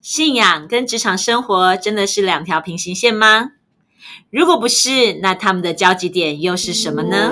信仰跟职场生活真的是两条平行线吗？如果不是，那他们的交集点又是什么呢？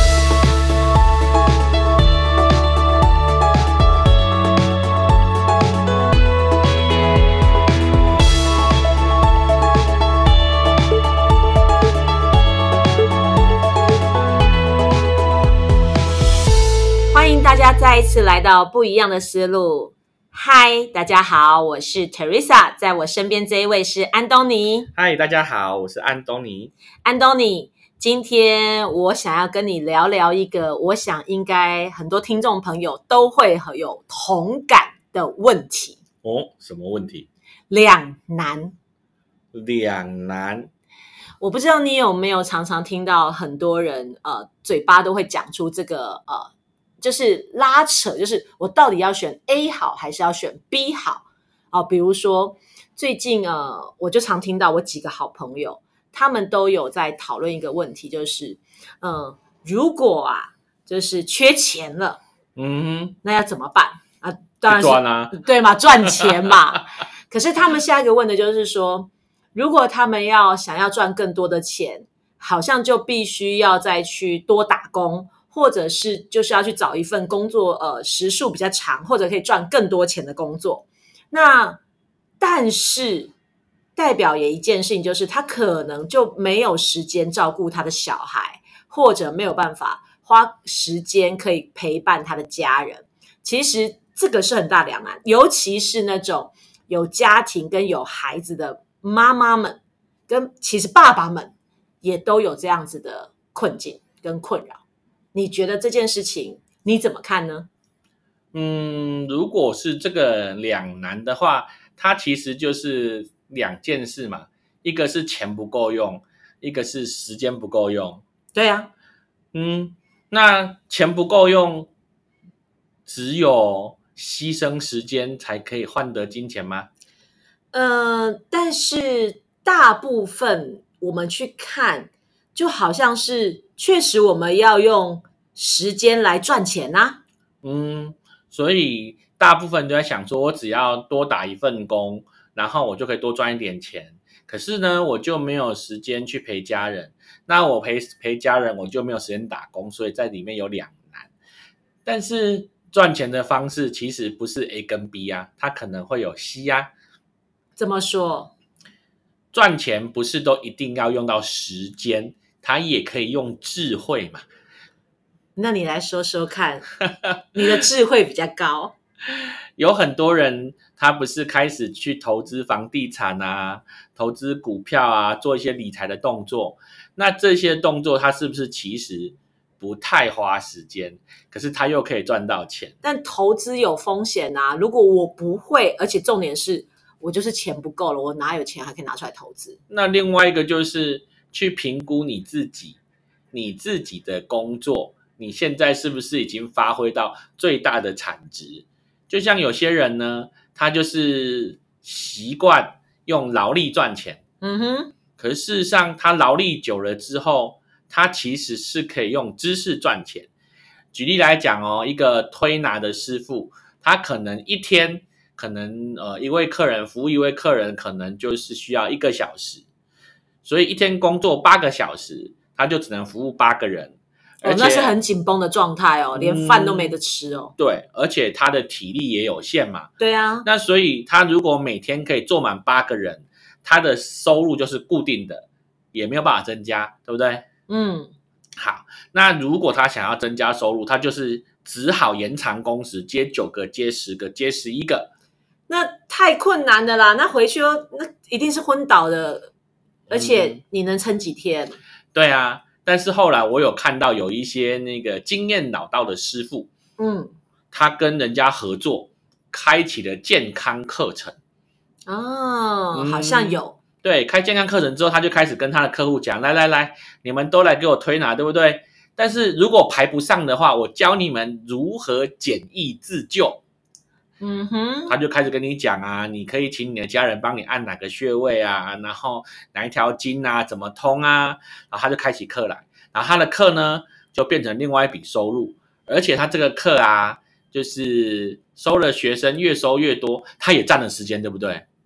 欢迎大家再一次来到不一样的思路。嗨，大家好，我是 Teresa， 在我身边这一位是安东尼。 嗨，大家好，我是安东尼。 安东尼，今天我想要跟你聊聊一个我想应该很多听众朋友都会很有同感的问题。 什么问题？ 两难。 两难。 我不知道你有没有常常听到很多人嘴巴都会讲出这个就是拉扯，就是我到底要选 A 好还是要选 B 好比如说最近我就常听到我几个好朋友他们都有在讨论一个问题，就是如果就是缺钱了，那要怎么办啊？当然是赚啊， 对嘛，赚钱嘛。可是他们下一个问的就是说，如果他们想要赚更多的钱，好像就必须要再去多打工，或者是就是要去找一份工作时数比较长，或者可以赚更多钱的工作。那但是代表也一件事情，就是他可能就没有时间照顾他的小孩，或者没有办法花时间可以陪伴他的家人。其实这个是很大两难，尤其是那种有家庭跟有孩子的妈妈们，跟其实爸爸们也都有这样子的困境跟困扰。你觉得这件事情你怎么看呢？ 如果是这个两难的话，它其实就是两件事嘛，一个是钱不够用，一个是时间不够用。 对啊。 那钱不够用，只有牺牲时间才可以换得金钱吗？ 但是大部分我们去看，就好像是确实我们要用时间来赚钱啊。 所以大部分都在想说，我只要多打一份工，然后我就可以多赚一点钱。可是呢，我就没有时间去陪家人。那我陪家人，我就没有时间打工，所以在里面有两难。但是赚钱的方式其实不是 A 跟 B 啊，它可能会有 C 啊。 怎么说？ 赚钱不是都一定要用到时间，它也可以用智慧嘛。 那你来说说看，你的智慧比较高。 有很多人他不是开始去投资房地产啊，投资股票啊，做一些理财的动作。那这些动作他是不是其实不太花时间，可是他又可以赚到钱？ 但投资有风险啊，如果我不会，而且重点是我就是钱不够了，我哪有钱还可以拿出来投资？ 那另外一个就是去评估你自己的工作，你现在是不是已经发挥到最大的产值？就像有些人呢，他就是习惯用劳力赚钱，可是事实上他劳力久了之后，他其实是可以用知识赚钱。举例来讲一个推拿的师傅，他可能一天一位客人服务一位客人，可能就是需要1个小时，所以一天工作8个小时，他就只能服务8个人。 那是很紧绷的状态连饭都没得吃对，而且他的体力也有限嘛。 对啊。 那所以他如果每天可以做满8个人，他的收入就是固定的，也没有办法增加，对不对？好，那如果他想要增加收入，他就是只好延长工时，接9个，接10个，接11个。 那太困难的啦，那回去那一定是昏倒的，而且你能撑几天？ 对啊，但是后来我有看到有一些那个经验老道的师傅，他跟人家合作，开启了健康课程。 好像有。 对，开健康课程之后，他就开始跟他的客户讲，来，你们都来给我推拿，对不对？但是如果排不上的话，我教你们如何简易自救。他就开始跟你讲你可以请你的家人帮你按哪个穴位然后哪一条筋怎么通然后他就开启课来，然后他的课呢就变成另外一笔收入，而且他这个课就是收了学生越收越多，他也占了时间，对不对？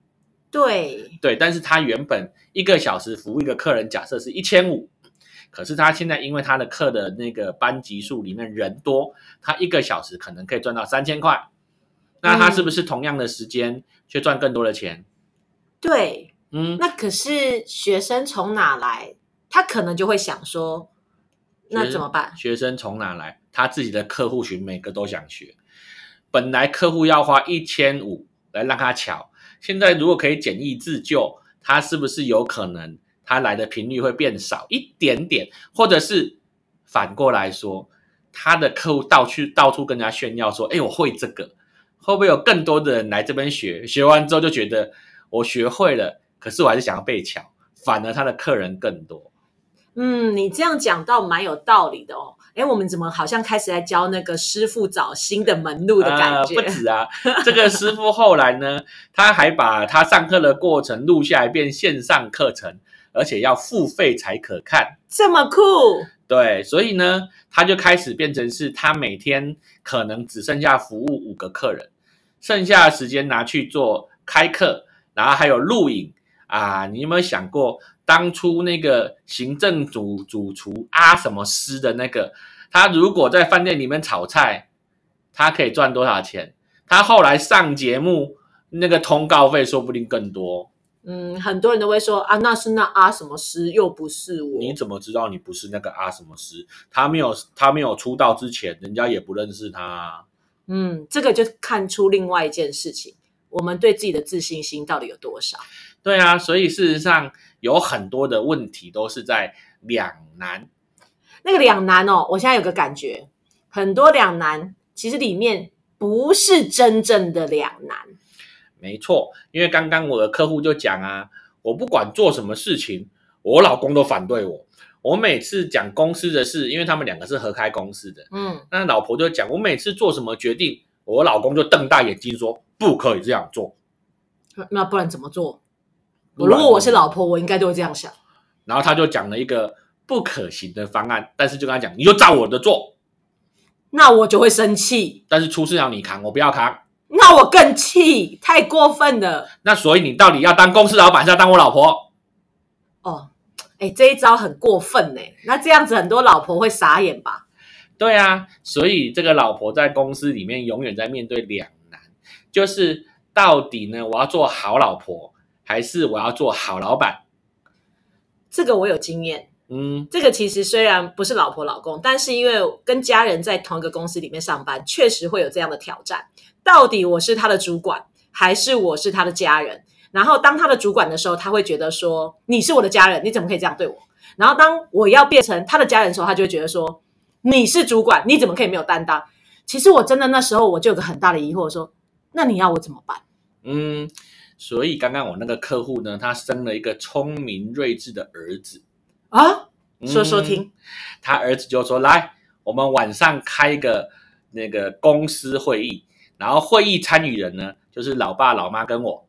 对， 对，但是他原本1个小时服务一个客人，假设是1500，可是他现在因为他的课的那个班级数里面人多，他1个小时可能可以赚到3000块，那他是不是同样的时间却赚更多的钱？ 对，那可是学生从哪来？他可能就会想说，那怎么办？ 学生从哪来？他自己的客户群每个都想学，本来客户要花1500来让他瞧，现在如果可以简易自救，他是不是有可能他来的频率会变少一点点？或者是反过来说，他的客户到处跟人家炫耀说，我会这个，会不会有更多的人来这边学，学完之后就觉得我学会了，可是我还是想要被瞧，反而他的客人更多。 你这样讲倒蛮有道理的哦。我们怎么好像开始在教那个师傅找新的门路的感觉？ 不止啊，这个师傅后来呢，他还把他上课的过程录下来变线上课程，而且要付费才可看。 这么酷？ 对，所以呢，他就开始变成是他每天可能只剩下服务5个客人，剩下的时间拿去做开课，然后还有录影啊。你有没有想过，当初那个行政主厨什么师的那个，他如果在饭店里面炒菜，他可以赚多少钱？他后来上节目，那个通告费说不定更多。 很多人都会说那是那什么师，又不是我。 你怎么知道你不是那个什么师？他没有出道之前，人家也不认识他。 这个就看出另外一件事情，我们对自己的自信心到底有多少？ 对啊，所以事实上有很多的问题都是在两难。 那个两难我现在有个感觉，很多两难其实里面不是真正的两难。 没错，因为刚刚我的客户就讲我不管做什么事情，我老公都反对我。我每次讲公司的事，因为他们2个是合开公司的，那老婆就讲，我每次做什么决定，我老公就瞪大眼睛说不可以这样做。 那不然怎么做？如果我是老婆，我应该都会这样想。 然后他就讲了一个不可行的方案，但是就跟他讲，你就照我的做。 那我就会生气， 但是出事要你扛，我不要扛。 那我更气，太过分了。 那所以你到底要当公司老板，是要当我老婆？ 这一招很过分耶。那这样子很多老婆会傻眼吧？ 对啊，所以这个老婆在公司里面永远在面对两难，就是到底呢，我要做好老婆，还是我要做好老板？ 这个我有经验。这个其实虽然不是老婆老公，但是因为跟家人在同一个公司里面上班，确实会有这样的挑战。到底我是他的主管，还是我是他的家人？然后当他的主管的时候，他会觉得说你是我的家人，你怎么可以这样对我？然后当我要变成他的家人的时候，他就会觉得说你是主管，你怎么可以没有担当？其实我真的那时候我就有个很大的疑惑说，那你要我怎么办？ 所以刚刚我那个客户呢，他生了一个聪明睿智的儿子说说听。 他儿子就说，来，我们晚上开一个那个公司会议，然后会议参与人呢就是老爸老妈跟我。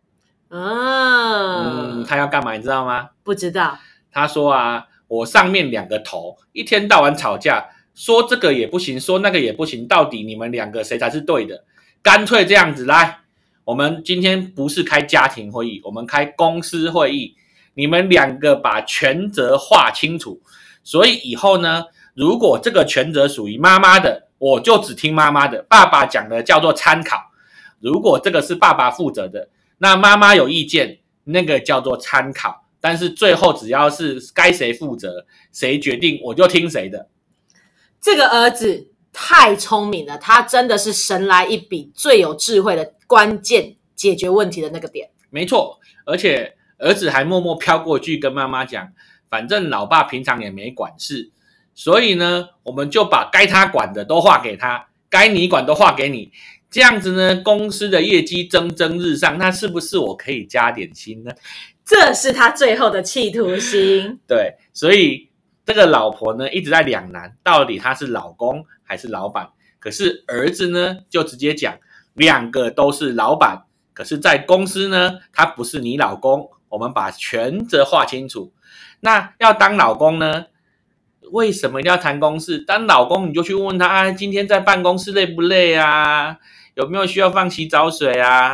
他要干嘛你知道吗？ 不知道。 他说我上面2个头一天到晚吵架，说这个也不行，说那个也不行，到底你们2个谁才是对的？干脆这样子，来，我们今天不是开家庭会议，我们开公司会议，你们2个把权责划清楚。所以以后呢，如果这个权责属于妈妈的，我就只听妈妈的，爸爸讲的叫做参考。如果这个是爸爸负责的，那妈妈有意见，那个叫做参考。但是最后只要是该谁负责，谁决定，我就听谁的。 这个儿子太聪明了，他真的是神来一笔，最有智慧的关键解决问题的那个点。 没错，而且儿子还默默飘过去跟妈妈讲，反正老爸平常也没管事，所以呢，我们就把该他管的都划给他，该你管都划给你。这样子呢，公司的业绩蒸蒸日上，那是不是我可以加点薪呢？ 这是他最后的企图心。 对，所以这个老婆呢一直在两难，到底他是老公还是老板？可是儿子呢就直接讲，2个都是老板，可是在公司呢，他不是你老公，我们把权责划清楚。那要当老公呢，为什么一定要谈公事？当老公你就去问他今天在办公室累不累啊？有没有需要放洗澡水啊？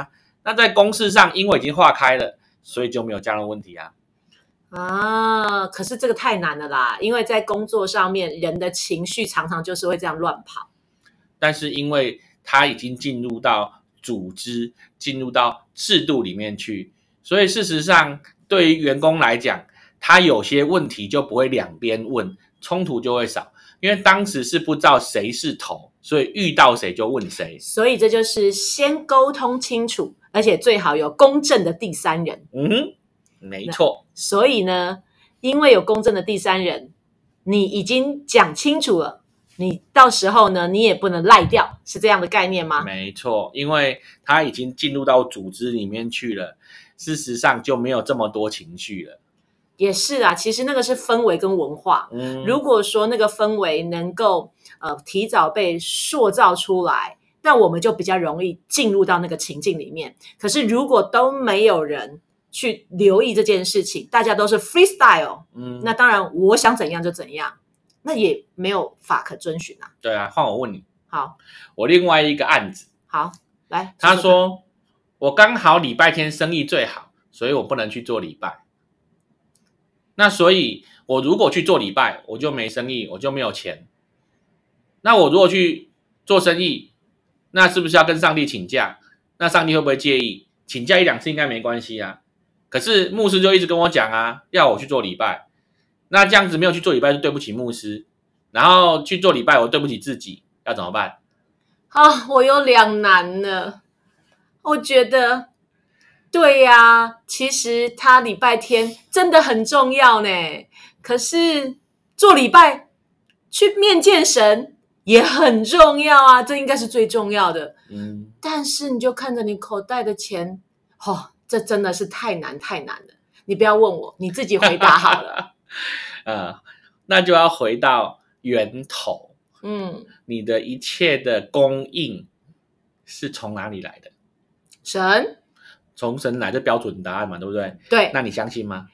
那在公事上，因为已经化开了，所以就没有这样的问题啊。 可是这个太难了啦，因为在工作上面，人的情绪常常就是会这样乱跑。 但是因为他已经进入到组织、进入到制度里面去，所以事实上对于员工来讲，他有些问题就不会两边问，冲突就会少。因为当时是不知道谁是头，所以遇到谁就问谁。 所以这就是先沟通清楚，而且最好有公正的第三人。 没错。 所以呢，因为有公正的第三人，你已经讲清楚了，你到时候呢，你也不能赖掉，是这样的概念吗？ 没错，因为他已经进入到组织里面去了，事实上就没有这么多情绪了。 也是啊，其实那个是氛围跟文化。如果说那个氛围能够提早被塑造出来，那我们就比较容易进入到那个情境里面。可是如果都没有人去留意这件事情，大家都是 freestyle，那当然我想怎样就怎样，那也没有法可遵循啊。 对啊，换我问你。 好， 我另外一个案子。 好，来。 他说我刚好礼拜天生意最好，所以我不能去做礼拜。那所以我如果去做礼拜，我就没生意，我就没有钱。那我如果去做生意，那是不是要跟上帝请假？那上帝会不会介意？请假1-2次应该没关系啊。可是牧师就一直跟我讲啊，要我去做礼拜。那这样子没有去做礼拜就对不起牧师，然后去做礼拜我对不起自己，要怎么办？ 我有两难了。我觉得对呀，其实他礼拜天真的很重要呢。可是做礼拜去面见神也很重要啊，这应该是最重要的。但是你就看着你口袋的钱，这真的是太难了。你不要问我，你自己回答好了。 那就要回到源头。你的一切的供应是从哪里来的？ 神。 从神来的标准答案嘛，对不对？ 对。 那你相信吗？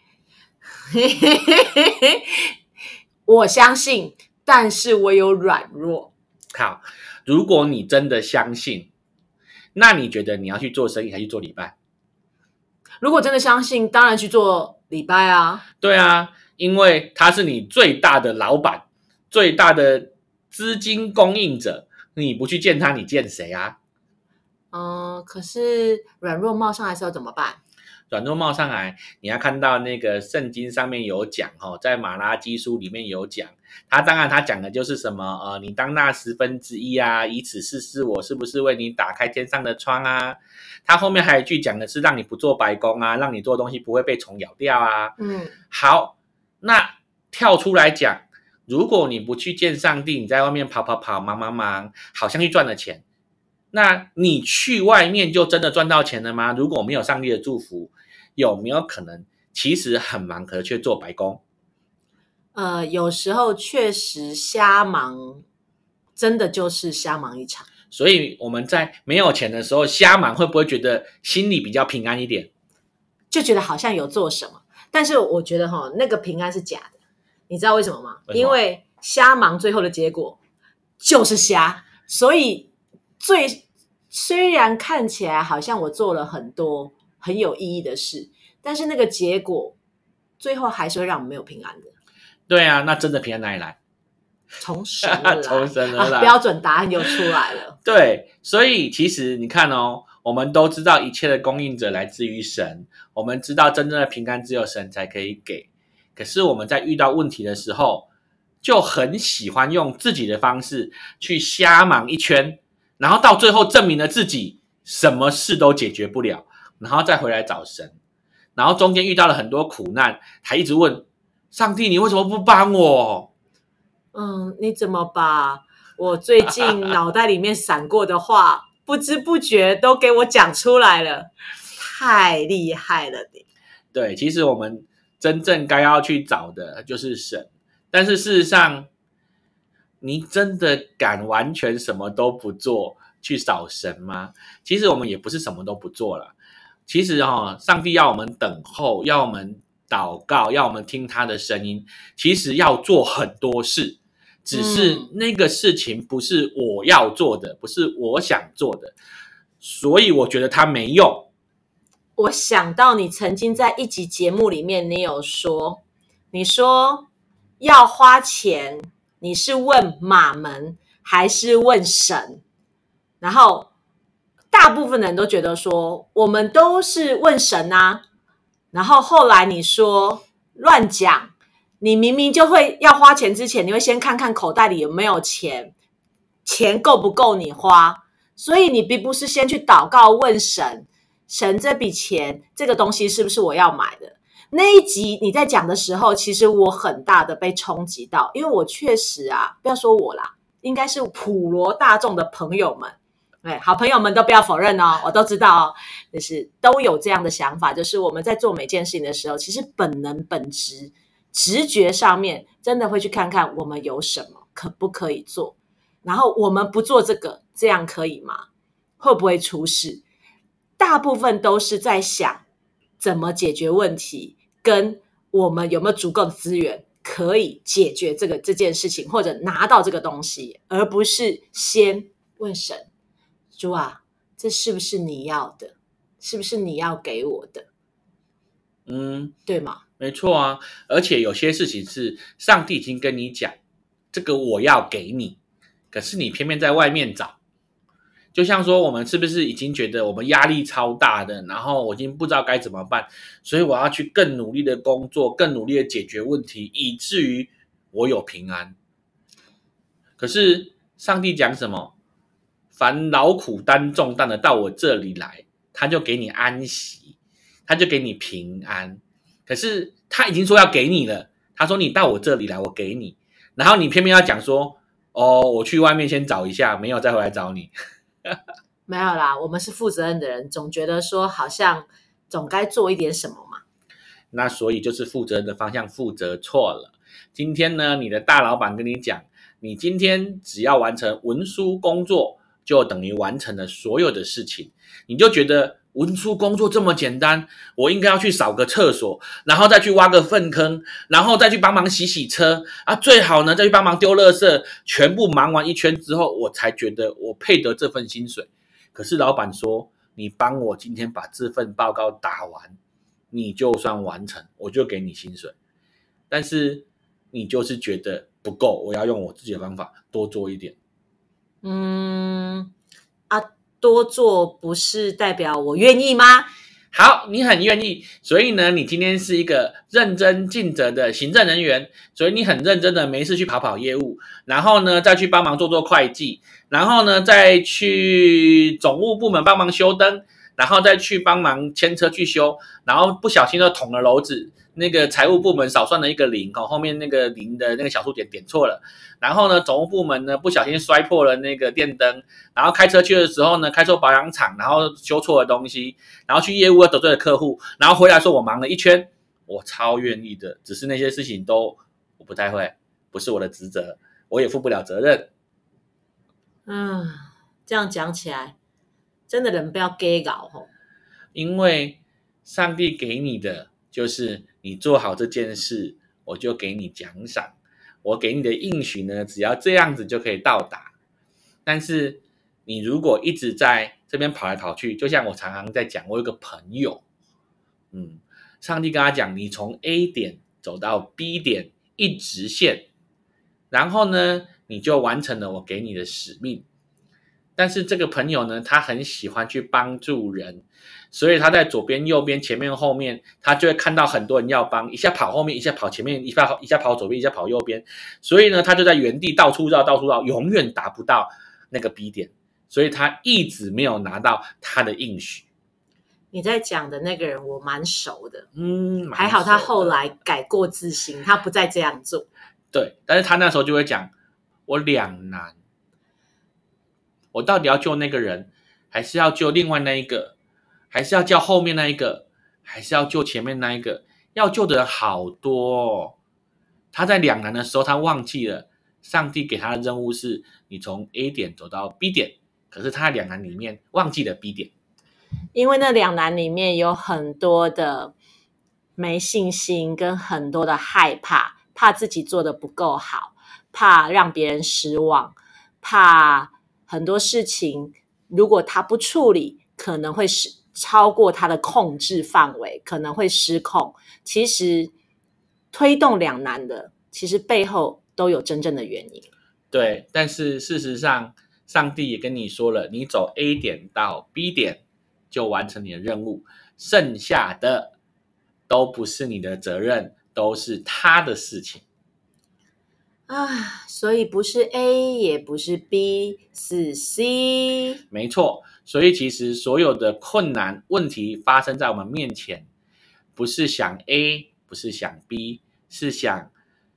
我相信，但是我有软弱。 好，如果你真的相信，那你觉得你要去做生意还是去做礼拜？ 如果真的相信，当然去做礼拜啊。 对啊，因为他是你最大的老板，最大的资金供应者，你不去见他，你见谁啊？ 可是软弱冒上来的时候怎么办？ 软弱冒上来，你要看到那个圣经上面有讲，在马拉基书里面有讲，他讲的就是什么你当那1/10啊，以此试试我是不是为你打开天上的窗啊。他后面还有一句讲的是让你不做白工啊，让你做东西不会被虫咬掉啊。好，那跳出来讲，如果你不去见上帝，你在外面跑忙，好像去赚了钱，那你去外面就真的赚到钱了吗？如果没有上帝的祝福，有没有可能其实很忙，可是却做白工？ 有时候确实瞎忙，真的就是瞎忙一场。 所以我们在没有钱的时候瞎忙，会不会觉得心里比较平安一点？ 就觉得好像有做什么，但是我觉得那个平安是假的。你知道为什么吗？因为瞎忙最后的结果就是瞎，所以虽然看起来好像我做了很多很有意义的事，但是那个结果最后还是会让我们没有平安的。 对啊，那真的平安哪里来？ 从神而来。 从神而来。 标准答案又出来了。 对，所以其实你看我们都知道一切的供应者来自于神，我们知道真正的平安只有神才可以给。可是我们在遇到问题的时候，就很喜欢用自己的方式去瞎忙一圈，然后到最后证明了自己什么事都解决不了，然后再回来找神，然后中间遇到了很多苦难，还一直问上帝你为什么不帮我？ 你怎么把我最近脑袋里面闪过的话不知不觉都给我讲出来了，太厉害了你。 对，其实我们真正该要去找的就是神，但是事实上你真的敢完全什么都不做去找神吗？其实我们也不是什么都不做了。其实上帝要我们等候，要我们祷告，要我们听他的声音，其实要做很多事，只是那个事情不是我要做的，不是我想做的，所以我觉得它没用， 我想到你曾经在一集节目里面，你说要花钱，你是问马门还是问神？然后大部分的人都觉得说，我们都是问神啊。然后后来你说乱讲，你明明就会要花钱之前，你会先看看口袋里有没有钱，钱够不够你花。所以你并不是先去祷告问神，神这笔钱这个东西是不是我要买的？那一集你在讲的时候，其实我很大的被冲击到，因为我确实啊，不要说我啦，应该是普罗大众的朋友们，对，好朋友们都不要否认哦，我都知道哦，就是都有这样的想法，就是我们在做每件事情的时候，其实本能本质直觉上面真的会去看看我们有什么，可不可以做，然后我们不做这个，这样可以吗？会不会出事？大部分都是在想怎么解决问题，跟我们有没有足够的资源可以解决这件事情，或者拿到这个东西，而不是先问神，主啊，这是不是你要的？是不是你要给我的？对吗？ 没错啊，而且有些事情是上帝已经跟你讲，这个我要给你，可是你偏偏在外面找。就像说我们是不是已经觉得我们压力超大的，然后我已经不知道该怎么办，所以我要去更努力的工作，更努力的解决问题，以至于我有平安。可是上帝讲什么？凡劳苦担重担的到我这里来，他就给你安息，他就给你平安。可是他已经说要给你了，他说你到我这里来，我给你，然后你偏偏要讲说，哦，我去外面先找一下，没有再回来找你。 没有啦，我们是负责任的人，总觉得说好像总该做一点什么嘛。 那所以就是负责任的方向负责错了。今天呢，你的大老板跟你讲，你今天只要完成文书工作，就等于完成了所有的事情。你就觉得文书工作这么简单，我应该要去扫个厕所，然后再去挖个粪坑，然后再去帮忙洗洗车啊，最好呢再去帮忙丢垃圾，全部忙完一圈之后，我才觉得我配得这份薪水。可是老板说，你帮我今天把这份报告打完，你就算完成，我就给你薪水。但是你就是觉得不够，我要用我自己的方法多做一点。 多做不是代表我愿意吗？ 好，你很愿意，所以呢，你今天是一个认真尽责的行政人员，所以你很认真的没事去跑跑业务，然后呢再去帮忙做会计，然后呢再去总务部门帮忙修灯，然后再去帮忙牵车去修，然后不小心就捅了篓子，那个财务部门少算了一个零，后面那个零的那个小数点点错了，然后呢总务部门呢不小心摔破了那个电灯，然后开车去的时候呢开错保养厂，然后修错了东西，然后去业务又得罪了客户，然后回来说我忙了一圈，我超愿意的，只是那些事情都我不太会，不是我的职责，我也负不了责任。 这样讲起来，真的人不要 gay 搞吼。 因为上帝给你的就是你做好这件事，我就给你奖赏。我给你的应许呢，只要这样子就可以到达。但是你如果一直在这边跑来跑去，就像我常常在讲，我有个朋友，上帝跟他讲，你从 A 点走到 B 点一直线，然后呢，你就完成了我给你的使命。但是这个朋友呢，他很喜欢去帮助人，所以他在左边、右边、前面、后面，他就会看到很多人要帮，一下跑后面，一下跑前面，一下跑左边，一下跑右边，所以呢，他就在原地到处绕，到处绕，永远达不到那个 B 点，所以他一直没有拿到他的应许。 你在讲的那个人我蛮熟的， 还好他后来改过自新，他不再这样做。 对，但是他那时候就会讲，我两难，我到底要救那个人，还是要救另外那一个，还是要叫后面那一个，还是要救前面那一个？要救的人好多哦。他在两难的时候，他忘记了上帝给他的任务是你从 A 点走到 B 点，可是他在两难里面忘记了 B 点。 因为那两难里面有很多的没信心，跟很多的害怕，怕自己做的不够好，怕让别人失望，怕很多事情如果他不处理，可能会超过他的控制范围，可能会失控。其实推动两难的，其实背后都有真正的原因。 对，但是事实上，上帝也跟你说了，你走 A 点到 B 点就完成你的任务，剩下的都不是你的责任，都是他的事情。 所以不是 A 也不是 B， 是 C。 没错，所以其实所有的困难问题发生在我们面前，不是想 A， 不是想 B， 是想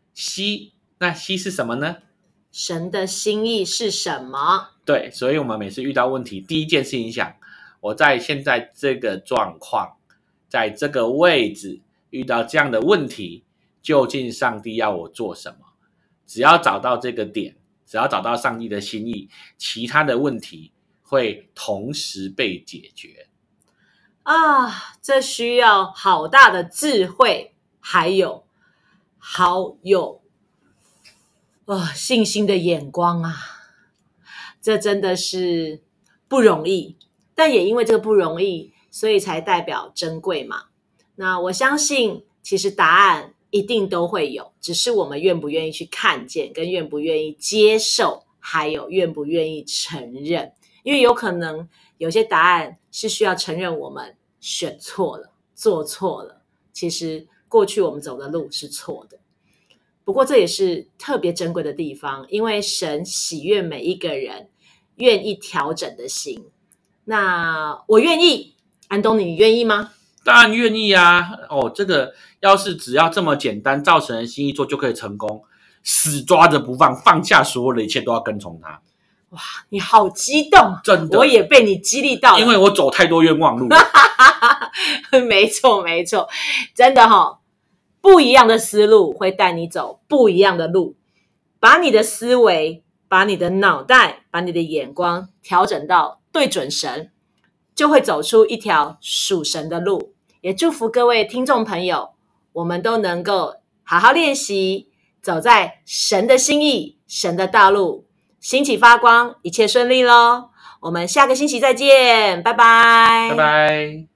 C。 那 C 是什么呢？ 神的心意是什么？ 对，所以我们每次遇到问题，第一件事情想，我在现在这个状况，在这个位置遇到这样的问题，究竟上帝要我做什么？只要找到这个点，只要找到上帝的心意，其他的问题会同时被解决。 这需要好大的智慧，还有好有信心的眼光啊！这真的是不容易，但也因为这个不容易，所以才代表珍贵嘛。那我相信，其实答案一定都会有，只是我们愿不愿意去看见，跟愿不愿意接受，还有愿不愿意承认。因为有可能有些答案是需要承认我们选错了，做错了，其实过去我们走的路是错的。不过这也是特别珍贵的地方，因为神喜悦每一个人愿意调整的心。那我愿意，安东尼，你愿意吗？ 当然愿意啊！这个要是只要这么简单，照神的心意做就可以成功，死抓着不放，放下所有的一切都要跟从他。 哇，你好激动， 真的， 我也被你激励到了， 因为我走太多冤枉路了。 没错没错，真的不一样的思路会带你走不一样的路。把你的思维，把你的脑袋，把你的眼光调整到对准神，就会走出一条属神的路。也祝福各位听众朋友，我们都能够好好练习，走在神的心意，神的道路，兴起发光，一切顺利咯。我们下个星期再见，拜拜， 拜拜。